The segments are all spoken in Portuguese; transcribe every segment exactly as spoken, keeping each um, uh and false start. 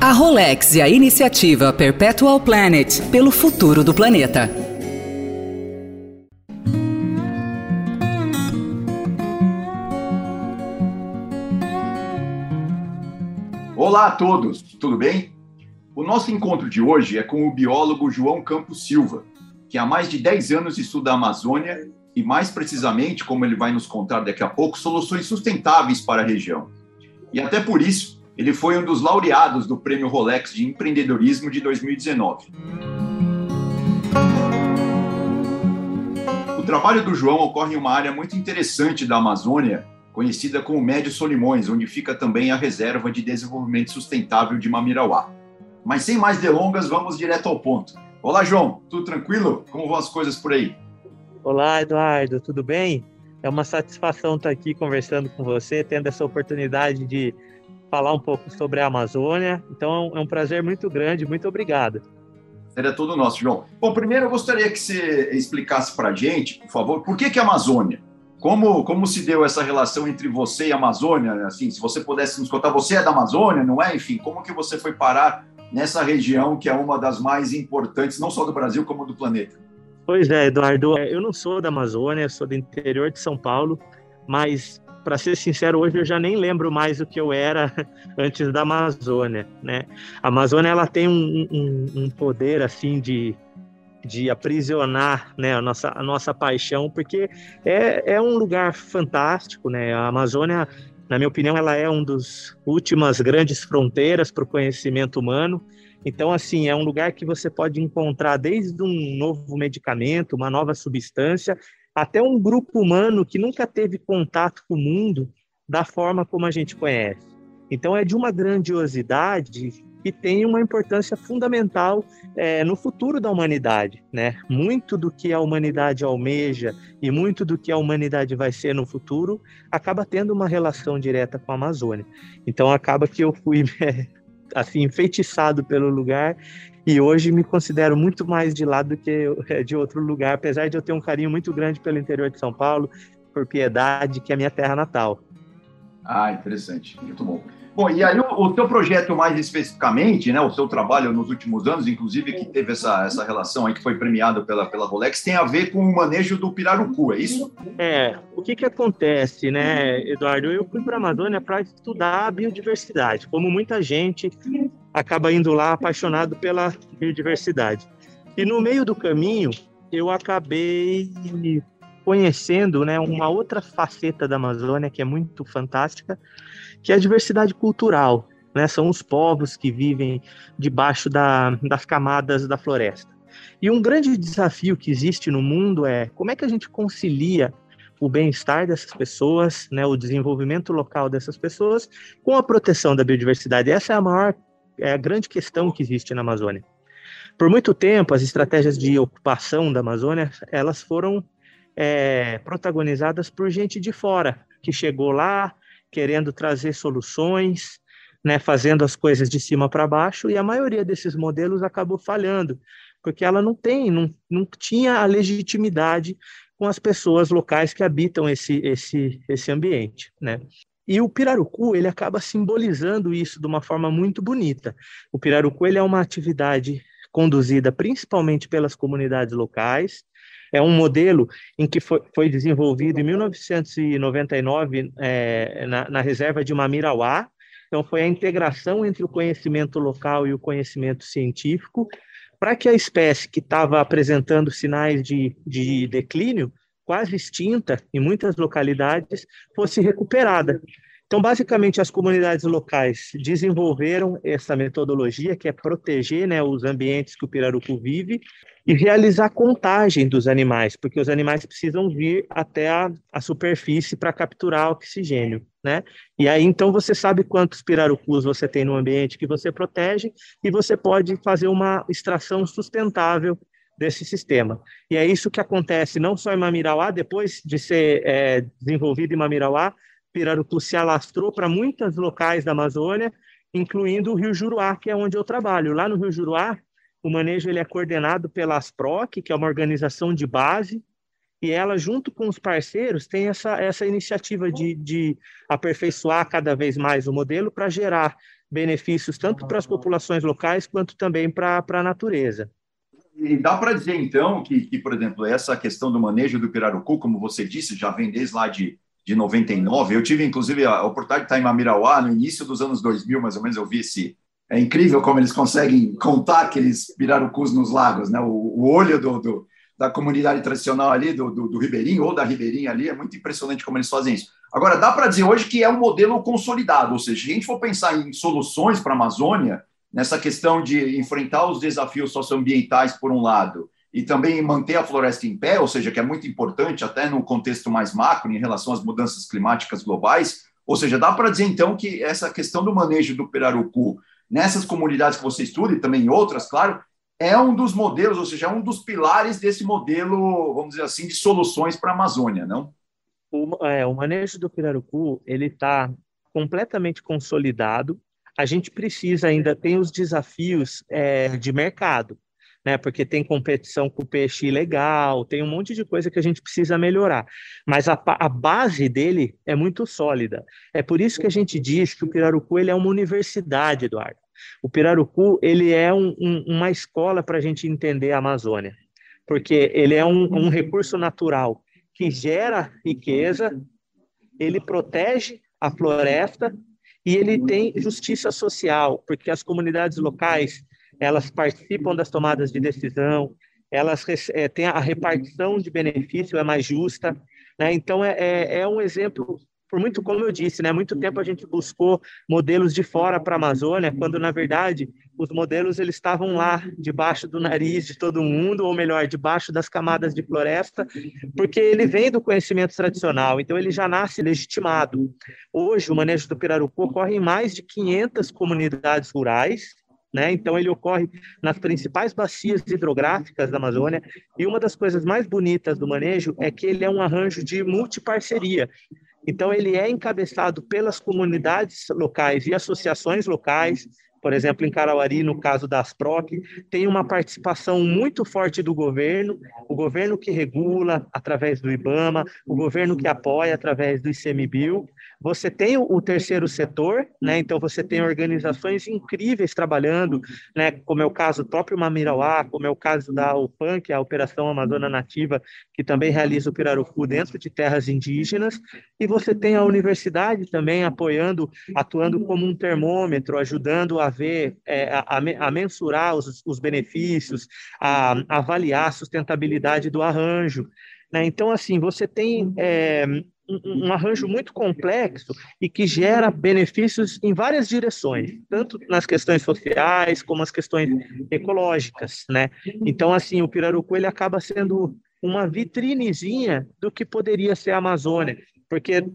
A Rolex e a iniciativa Perpetual Planet pelo futuro do planeta. Olá a todos, tudo bem? O nosso encontro de hoje é com o biólogo João Campos Silva, que há mais de dez anos estuda a Amazônia e, mais precisamente, como ele vai nos contar daqui a pouco, soluções sustentáveis para a região. E até por isso, ele foi um dos laureados do Prêmio Rolex de Empreendedorismo de dois mil e dezenove. O trabalho do João ocorre em uma área muito interessante da Amazônia, conhecida como Médio Solimões, onde fica também a Reserva de Desenvolvimento Sustentável de Mamirauá. Mas sem mais delongas, vamos direto ao ponto. Olá, João, tudo tranquilo? Como vão as coisas por aí? Olá, Eduardo, tudo bem? É uma satisfação estar aqui conversando com você, tendo essa oportunidade de falar um pouco sobre a Amazônia. Então, é um prazer muito grande. Muito obrigado. Era todo nosso, João. Bom, primeiro eu gostaria que você explicasse para a gente, por favor, por que que a Amazônia? Como, como se deu essa relação entre você e a Amazônia? Assim, se você pudesse nos contar, você é da Amazônia, não é? Enfim, como que você foi parar nessa região que é uma das mais importantes, não só do Brasil, como do planeta? Pois é, Eduardo, eu não sou da Amazônia, eu sou do interior de São Paulo, mas, para ser sincero, hoje eu já nem lembro mais o que eu era antes da Amazônia, né? A Amazônia, ela tem um, um, um poder, assim, de, de aprisionar, né, a nossa, a nossa paixão, porque é, é um lugar fantástico, né? A Amazônia, na minha opinião, ela é um dos últimas grandes fronteiras para o conhecimento humano. Então, assim, é um lugar que você pode encontrar desde um novo medicamento, uma nova substância, até um grupo humano que nunca teve contato com o mundo da forma como a gente conhece. Então, é de uma grandiosidade que tem uma importância fundamental é, no futuro da humanidade, né? Muito do que a humanidade almeja e muito do que a humanidade vai ser no futuro acaba tendo uma relação direta com a Amazônia. Então, acaba que eu fui assim, enfeitiçado pelo lugar e hoje me considero muito mais de lá do que de outro lugar, apesar de eu ter um carinho muito grande pelo interior de São Paulo, por Piedade, que é a minha terra natal. Ah, interessante, muito bom. Bom, e aí o, o teu projeto mais especificamente, né, o seu trabalho nos últimos anos, inclusive que teve essa, essa relação aí que foi premiado pela, pela Rolex, tem a ver com o manejo do pirarucu, é isso? É, o que que acontece, né, Eduardo? Eu fui para a Amazônia para estudar a biodiversidade, como muita gente acaba indo lá apaixonado pela biodiversidade. E no meio do caminho, eu acabei conhecendo, né, uma outra faceta da Amazônia que é muito fantástica, que é a diversidade cultural, né? São os povos que vivem debaixo da, das camadas da floresta. E um grande desafio que existe no mundo é como é que a gente concilia o bem-estar dessas pessoas, né, o desenvolvimento local dessas pessoas, com a proteção da biodiversidade. Essa é a maior, é a grande questão que existe na Amazônia. Por muito tempo, as estratégias de ocupação da Amazônia, elas foram é, protagonizadas por gente de fora, que chegou lá querendo trazer soluções, né, fazendo as coisas de cima para baixo, e a maioria desses modelos acabou falhando, porque ela não tem, não, não tinha a legitimidade com as pessoas locais que habitam esse, esse, esse ambiente, né? E o pirarucu, ele acaba simbolizando isso de uma forma muito bonita. O pirarucu, ele é uma atividade conduzida principalmente pelas comunidades locais. É um modelo em que foi, foi desenvolvido em mil novecentos e noventa e nove é, na, na reserva de Mamirauá. Então, foi a integração entre o conhecimento local e o conhecimento científico para que a espécie que estava apresentando sinais de, de declínio, quase extinta em muitas localidades, fosse recuperada. Então, basicamente, as comunidades locais desenvolveram essa metodologia, que é proteger, né, os ambientes que o pirarucu vive e realizar contagem dos animais, porque os animais precisam vir até a, a superfície para capturar oxigênio, né? E aí, então, você sabe quantos pirarucus você tem no ambiente que você protege e você pode fazer uma extração sustentável desse sistema. E é isso que acontece não só em Mamirauá, depois de ser é, desenvolvido em Mamirauá, pirarucu se alastrou para muitos locais da Amazônia, incluindo o Rio Juruá, que é onde eu trabalho. Lá no Rio Juruá, o manejo ele é coordenado pela ASPROC, que é uma organização de base, e ela, junto com os parceiros, tem essa, essa iniciativa de, de aperfeiçoar cada vez mais o modelo para gerar benefícios tanto para as populações locais quanto também para a natureza. E dá para dizer, então, que, que, por exemplo, essa questão do manejo do pirarucu, como você disse, já vem desde lá de, de noventa e nove. Eu tive, inclusive, a oportunidade de estar em Mamirauá no início dos anos dois mil, mais ou menos, eu vi esse... É incrível como eles conseguem contar aqueles pirarucus nos lagos, né? O, o olho do, do, da comunidade tradicional ali, do, do, do Ribeirinho ou da Ribeirinha ali, é muito impressionante como eles fazem isso. Agora, dá para dizer hoje que é um modelo consolidado, ou seja, se a gente for pensar em soluções para a Amazônia, nessa questão de enfrentar os desafios socioambientais, por um lado, e também manter a floresta em pé, ou seja, que é muito importante até no contexto mais macro, em relação às mudanças climáticas globais, ou seja, dá para dizer, então, que essa questão do manejo do pirarucu, nessas comunidades que você estuda, e também em outras, claro, é um dos modelos, ou seja, é um dos pilares desse modelo, vamos dizer assim, de soluções para a Amazônia, não? O, é, o manejo do pirarucu, ele está completamente consolidado. A gente precisa ainda, tem os desafios é, de mercado, né? Porque tem competição com o peixe ilegal, tem um monte de coisa que a gente precisa melhorar. Mas a, a base dele é muito sólida. É por isso que a gente diz que o pirarucu ele é uma universidade, Eduardo. O pirarucu ele é um, um, uma escola para a gente entender a Amazônia, porque ele é um, um recurso natural que gera riqueza, ele protege a floresta, e ele tem justiça social, porque as comunidades locais, elas participam das tomadas de decisão, elas é, têm a repartição de benefício é mais justa, né? Então, é, é, é um exemplo, por muito, como eu disse, né? Muito tempo a gente buscou modelos de fora para a Amazônia, quando, na verdade, os modelos eles estavam lá, debaixo do nariz de todo mundo, ou melhor, debaixo das camadas de floresta, porque ele vem do conhecimento tradicional, então ele já nasce legitimado. Hoje, o manejo do pirarucu ocorre em mais de quinhentas comunidades rurais, né? Então, ele ocorre nas principais bacias hidrográficas da Amazônia, e uma das coisas mais bonitas do manejo é que ele é um arranjo de multiparceria. Então, ele é encabeçado pelas comunidades locais e associações locais. Por exemplo, em Carauari, no caso da Asproc, tem uma participação muito forte do governo, o governo que regula através do IBAMA, o governo que apoia através do ICMBio. Você tem o terceiro setor, né? Então você tem organizações incríveis trabalhando, né? Como é o caso do próprio Mamirauá, como é o caso da UPAN, que é a Operação Amazônia Nativa, que também realiza o pirarucu dentro de terras indígenas, e você tem a universidade também apoiando, atuando como um termômetro, ajudando a ver, é, a, a mensurar os, os benefícios, a, a avaliar a sustentabilidade do arranjo, né? Então, assim, você tem é, um, um arranjo muito complexo e que gera benefícios em várias direções, tanto nas questões sociais como as questões ecológicas, né? Então, assim, o pirarucu ele acaba sendo uma vitrinezinha do que poderia ser a Amazônia, porque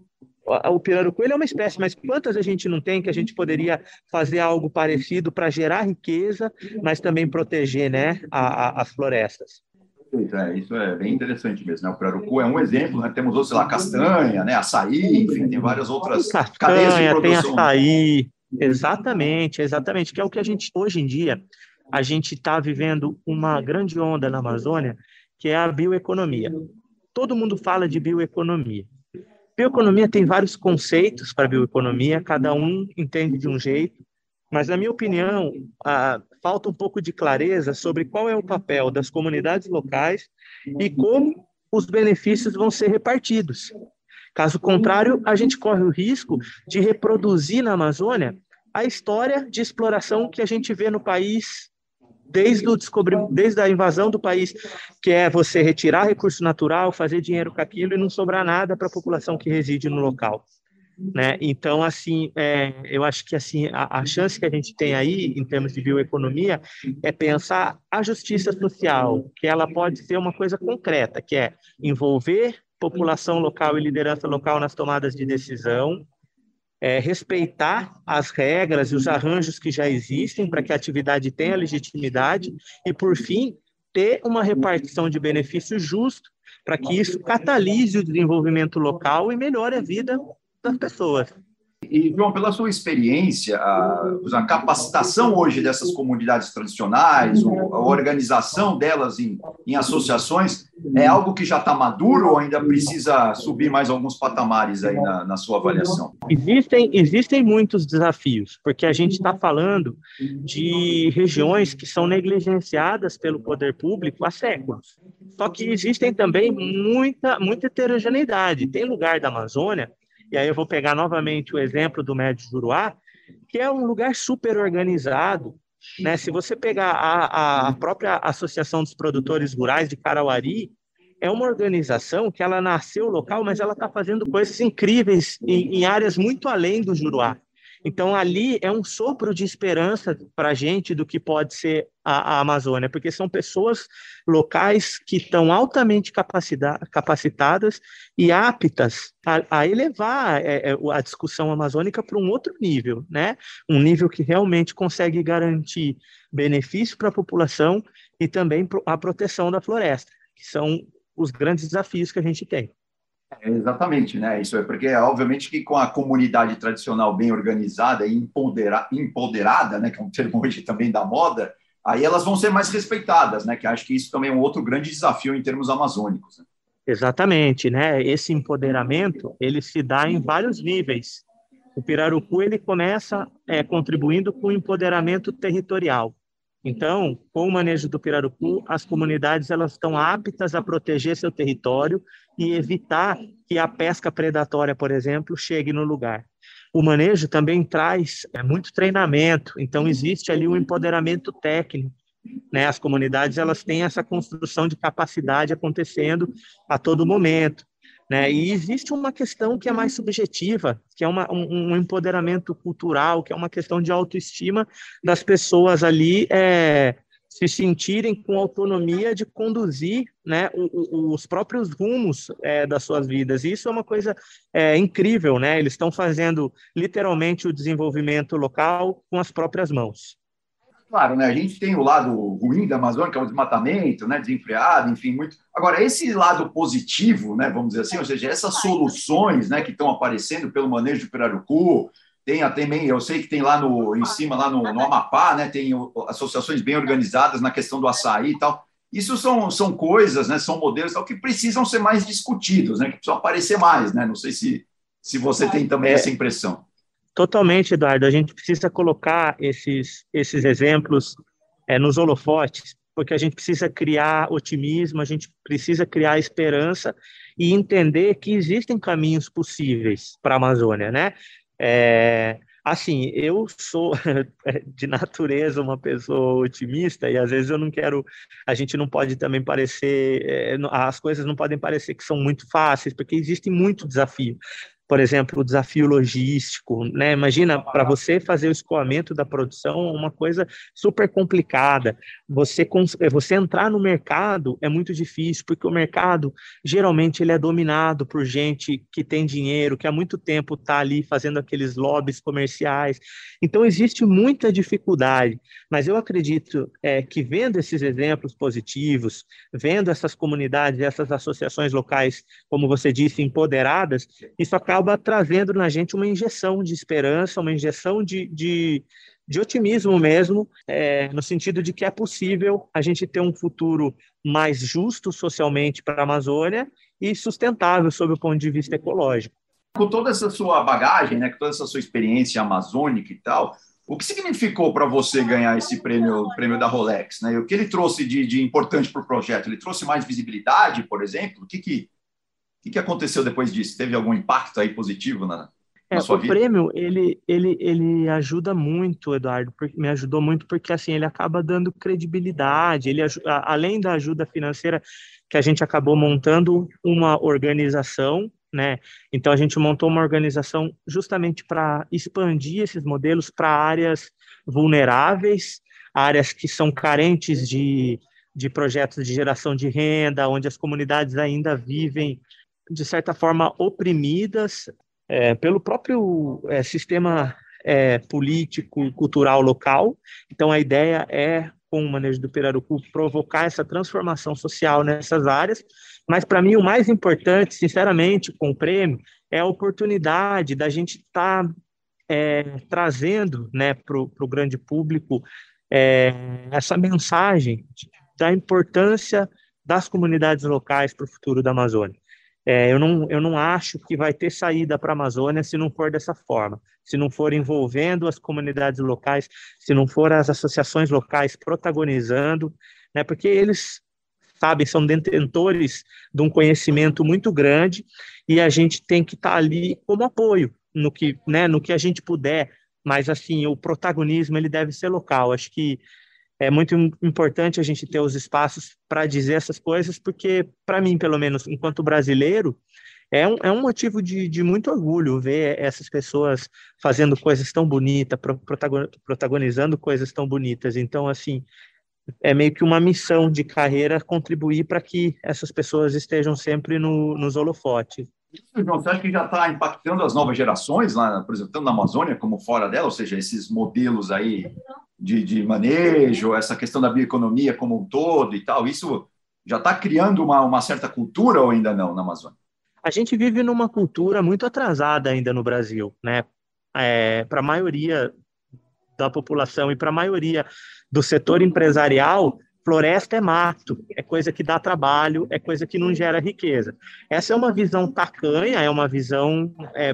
o pirarucu ele é uma espécie, mas quantas a gente não tem que a gente poderia fazer algo parecido para gerar riqueza, mas também proteger, né, a, a, as florestas? É, isso é bem interessante mesmo, né? O pirarucu é um exemplo, né? Temos outros, sei lá, castanha, né? Açaí, enfim, tem várias outras castanha, cadeias de produção. Tem açaí, exatamente, exatamente, que é o que a gente, hoje em dia, a gente está vivendo uma grande onda na Amazônia, que é a bioeconomia. Todo mundo fala de bioeconomia. Bioeconomia tem vários conceitos para bioeconomia, cada um entende de um jeito, mas, na minha opinião, ah, falta um pouco de clareza sobre qual é o papel das comunidades locais e como os benefícios vão ser repartidos. Caso contrário, a gente corre o risco de reproduzir na Amazônia a história de exploração que a gente vê no país desde, o descobrimento, desde a invasão do país, que é você retirar recurso natural, fazer dinheiro com aquilo e não sobrar nada para a população que reside no local, né? Então, assim, é, eu acho que assim, a, a chance que a gente tem aí, em termos de bioeconomia, é pensar a justiça social, que ela pode ser uma coisa concreta, que é envolver população local e liderança local nas tomadas de decisão, É, respeitar as regras e os arranjos que já existem para que a atividade tenha legitimidade e, por fim, ter uma repartição de benefícios justo para que isso catalise o desenvolvimento local e melhore a vida das pessoas. E, João, pela sua experiência, a, a capacitação hoje dessas comunidades tradicionais, a organização delas em, em associações, É algo que já está maduro ou ainda precisa subir mais alguns patamares aí na, na sua avaliação? Existem, existem muitos desafios, porque a gente está falando de regiões que são negligenciadas pelo poder público há séculos. Só que existem também muita, muita heterogeneidade. Tem lugar da Amazônia, e aí eu vou pegar novamente o exemplo do Médio Juruá, que é um lugar super organizado, né? Se você pegar a, a própria Associação dos Produtores Rurais de Carauari, é uma organização que ela nasceu local, mas ela está fazendo coisas incríveis em, em áreas muito além do Juruá. Então, ali é um sopro de esperança para a gente do que pode ser a, a Amazônia, porque são pessoas locais que estão altamente capacitadas e aptas a, a elevar é, a discussão amazônica para um outro nível, né? Um nível que realmente consegue garantir benefício para a população e também a proteção da floresta, que são os grandes desafios que a gente tem. É, exatamente, né? Isso é porque, obviamente, que com a comunidade tradicional bem organizada e empodera, empoderada, né, que é um termo hoje também da moda, aí elas vão ser mais respeitadas, né? Que acho que isso também é um outro grande desafio em termos amazônicos. Né? Exatamente, né? Esse empoderamento, ele se dá em vários níveis. O Pirarucu, ele começa é, contribuindo com o empoderamento territorial. Então, com o manejo do pirarucu, as comunidades elas estão aptas a proteger seu território e evitar que a pesca predatória, por exemplo, chegue no lugar. O manejo também traz é, muito treinamento, então existe ali um empoderamento técnico, né? As comunidades elas têm essa construção de capacidade acontecendo a todo momento. Né? E existe uma questão que é mais subjetiva, que é uma, um, um empoderamento cultural, que é uma questão de autoestima das pessoas ali é, se sentirem com autonomia de conduzir, né, o, o, os próprios rumos é, das suas vidas. E isso é uma coisa é, incrível, né? Eles estão fazendo literalmente o desenvolvimento local com as próprias mãos. Claro, né? A gente tem o lado ruim da Amazônia, que é o desmatamento, né? Desenfreado, enfim, muito. Agora, esse lado positivo, né? Vamos dizer assim, ou seja, essas soluções, né, que estão aparecendo pelo manejo do pirarucu, tem até também, eu sei que tem lá no, em cima, lá no, no Amapá, né? Tem associações bem organizadas na questão do açaí e tal. Isso são, são coisas, né? São modelos tal, que precisam ser mais discutidos, né? Que precisam aparecer mais, né? Não sei se, se você tem também é. essa impressão. Totalmente, Eduardo. A gente precisa colocar esses, esses exemplos é, nos holofotes, porque a gente precisa criar otimismo, a gente precisa criar esperança e entender que existem caminhos possíveis para a Amazônia, né? É, assim, eu sou de natureza uma pessoa otimista e às vezes eu não quero, a gente não pode também parecer, é, as coisas não podem parecer que são muito fáceis, porque existe muito desafio. Por exemplo, o desafio logístico, né? Imagina, para você fazer o escoamento da produção, uma coisa super complicada. Você, você entrar no mercado é muito difícil, porque o mercado, geralmente, ele é dominado por gente que tem dinheiro, que há muito tempo está ali fazendo aqueles lobbies comerciais. Então, existe muita dificuldade, mas eu acredito é, que vendo esses exemplos positivos, vendo essas comunidades, essas associações locais, como você disse, empoderadas, isso acaba acaba trazendo na gente uma injeção de esperança, uma injeção de, de, de otimismo mesmo, é, no sentido de que é possível a gente ter um futuro mais justo socialmente para a Amazônia e sustentável sob o ponto de vista ecológico. Com toda essa sua bagagem, né, com toda essa sua experiência amazônica e tal, o que significou para você ganhar esse prêmio, prêmio da Rolex? Né? O que ele trouxe de, de importante para o projeto? Ele trouxe mais visibilidade, por exemplo? O que que O que, que aconteceu depois disso? Teve algum impacto aí positivo na, na é, sua o vida? O prêmio, ele, ele, ele ajuda muito, Eduardo, porque, me ajudou muito porque assim, ele acaba dando credibilidade, ele, além da ajuda financeira, que a gente acabou montando uma organização, né? Então, a gente montou uma organização justamente para expandir esses modelos para áreas vulneráveis, áreas que são carentes de, de projetos de geração de renda, onde as comunidades ainda vivem de certa forma, oprimidas é, pelo próprio é, sistema é, político, cultural local. Então, a ideia é, com o manejo do pirarucu, provocar essa transformação social nessas áreas. Mas, para mim, o mais importante, sinceramente, com o prêmio, é a oportunidade da gente estar tá, é, trazendo, né, para o grande público é, essa mensagem da importância das comunidades locais para o futuro da Amazônia. É, eu, não, eu não acho que vai ter saída para a Amazônia se não for dessa forma, se não for envolvendo as comunidades locais, se não for as associações locais protagonizando, né, porque eles, sabem, são detentores de um conhecimento muito grande e a gente tem que estar tá ali como apoio no que, né, no que a gente puder, mas assim, o protagonismo ele deve ser local. Acho que é muito importante a gente ter os espaços para dizer essas coisas, porque, para mim, pelo menos, enquanto brasileiro, é um, é um motivo de, de muito orgulho ver essas pessoas fazendo coisas tão bonitas, protagonizando coisas tão bonitas. Então, assim, é meio que uma missão de carreira contribuir para que essas pessoas estejam sempre no, nos holofotes. João, você acha que já está impactando as novas gerações, lá, por exemplo, tanto na Amazônia como fora dela, ou seja, esses modelos aí de, de manejo, essa questão da bioeconomia como um todo e tal, isso já está criando uma, uma certa cultura ou ainda não na Amazônia? A gente vive numa cultura muito atrasada ainda no Brasil, né? É, para a maioria da população e para a maioria do setor empresarial, floresta é mato, é coisa que dá trabalho, é coisa que não gera riqueza. Essa é uma visão tacanha, é uma visão é,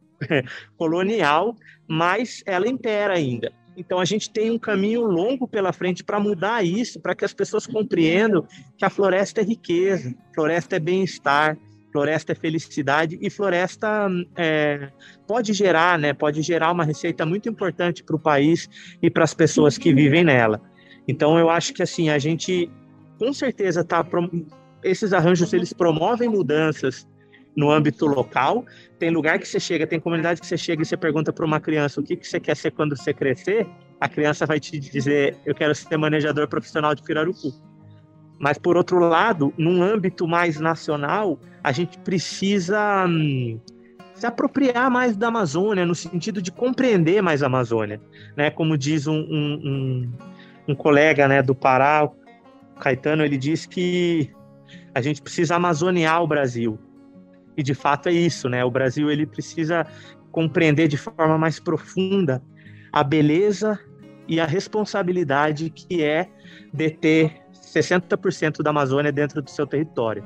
colonial, mas ela impera ainda. Então, a gente tem um caminho longo pela frente para mudar isso, para que as pessoas compreendam que a floresta é riqueza, floresta é bem-estar, floresta é felicidade e floresta é, pode gerar, né, pode gerar uma receita muito importante para o país e para as pessoas que vivem nela. Então, eu acho que assim, a gente, com certeza, tá, esses arranjos, eles promovem mudanças no âmbito local. Tem lugar que você chega, tem comunidade que você chega e você pergunta para uma criança o que, que você quer ser quando você crescer, a criança vai te dizer, eu quero ser manejador profissional de pirarucu. Mas, por outro lado, num âmbito mais nacional, a gente precisa hum, se apropriar mais da Amazônia, no sentido de compreender mais a Amazônia, né? Como diz um... um, um Um colega, né, do Pará, o Caetano, ele diz que a gente precisa amazonear o Brasil. E, de fato, é isso, né? O Brasil ele precisa compreender de forma mais profunda a beleza e a responsabilidade que é deter sessenta por cento da Amazônia dentro do seu território.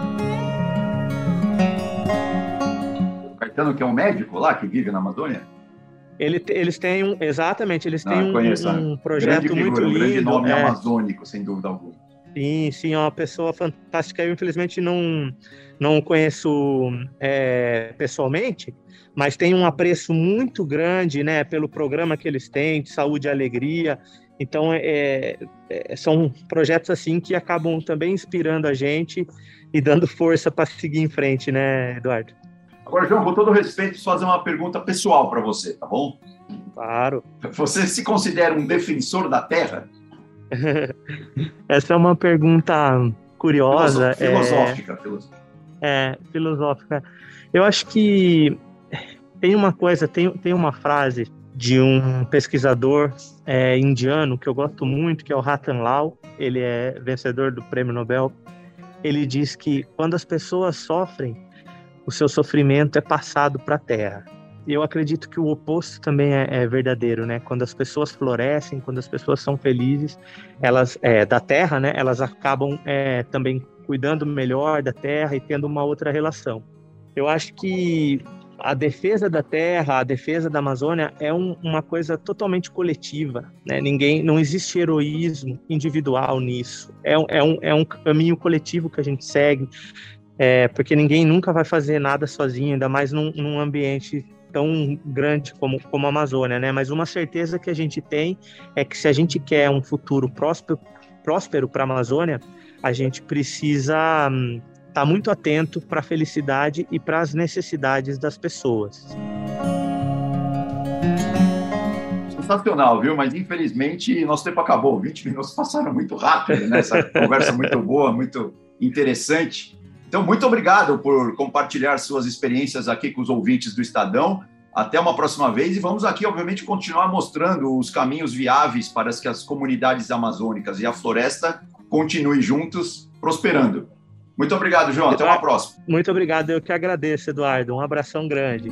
O Caetano, que é um médico lá, que vive na Amazônia? Ele, eles têm um, exatamente, eles têm ah, um, conheço, um projeto figura, muito lindo. Um grande nome é, amazônico, sem dúvida alguma. Sim, sim, é uma pessoa fantástica. Eu, infelizmente, não, não conheço é, pessoalmente, mas tenho um apreço muito grande, né, pelo programa que eles têm, de saúde e alegria. Então, é, é, são projetos assim que acabam também inspirando a gente e dando força para seguir em frente, né, Eduardo? Agora, João, com todo respeito, preciso fazer uma pergunta pessoal para você, tá bom? Claro. Você se considera um defensor da Terra? Essa é uma pergunta curiosa. Filosófica. É, filosófica. É, filosófica. Eu acho que tem uma coisa, tem, tem uma frase de um pesquisador é, indiano que eu gosto muito, que é o Ratan Lal. Ele é vencedor do Prêmio Nobel. Ele diz que quando as pessoas sofrem, o seu sofrimento é passado para a terra. E eu acredito que o oposto também é, é verdadeiro, né? Quando as pessoas florescem, quando as pessoas são felizes, elas é, da terra, né? Elas acabam é, também cuidando melhor da terra e tendo uma outra relação. Eu acho que a defesa da terra, a defesa da Amazônia é um, uma coisa totalmente coletiva, né? Ninguém, não existe heroísmo individual nisso. É, é, um, é um caminho coletivo que a gente segue. É, porque ninguém nunca vai fazer nada sozinho, ainda mais num, num ambiente tão grande como, como a Amazônia, né? Mas uma certeza que a gente tem é que se a gente quer um futuro próspero, próspero para a Amazônia, a gente precisa hum, estar muito atento para a felicidade e para as necessidades das pessoas. Sensacional, viu? Mas infelizmente nosso tempo acabou. vinte minutos passaram muito rápido, né? Essa conversa muito boa, muito interessante. Então, muito obrigado por compartilhar suas experiências aqui com os ouvintes do Estadão. Até uma próxima vez e vamos aqui, obviamente, continuar mostrando os caminhos viáveis para que as comunidades amazônicas e a floresta continuem juntos, prosperando. Muito obrigado, João. Até uma próxima. Muito obrigado. Eu que agradeço, Eduardo. Um abração grande.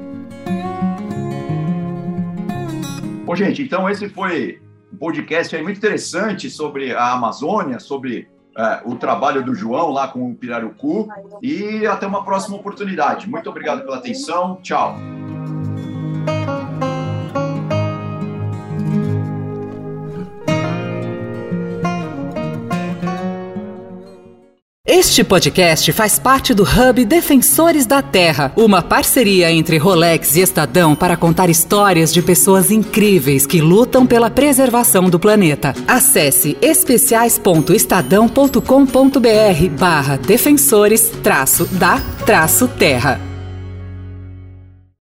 Bom, gente, então esse foi um podcast aí muito interessante sobre a Amazônia, sobre é, o trabalho do João lá com o Pirarucu e até uma próxima oportunidade. Muito obrigado pela atenção. Tchau. Este podcast faz parte do Hub Defensores da Terra, uma parceria entre Rolex e Estadão para contar histórias de pessoas incríveis que lutam pela preservação do planeta. Acesse especiais ponto estadão ponto com ponto br barra defensores traço da traço terra.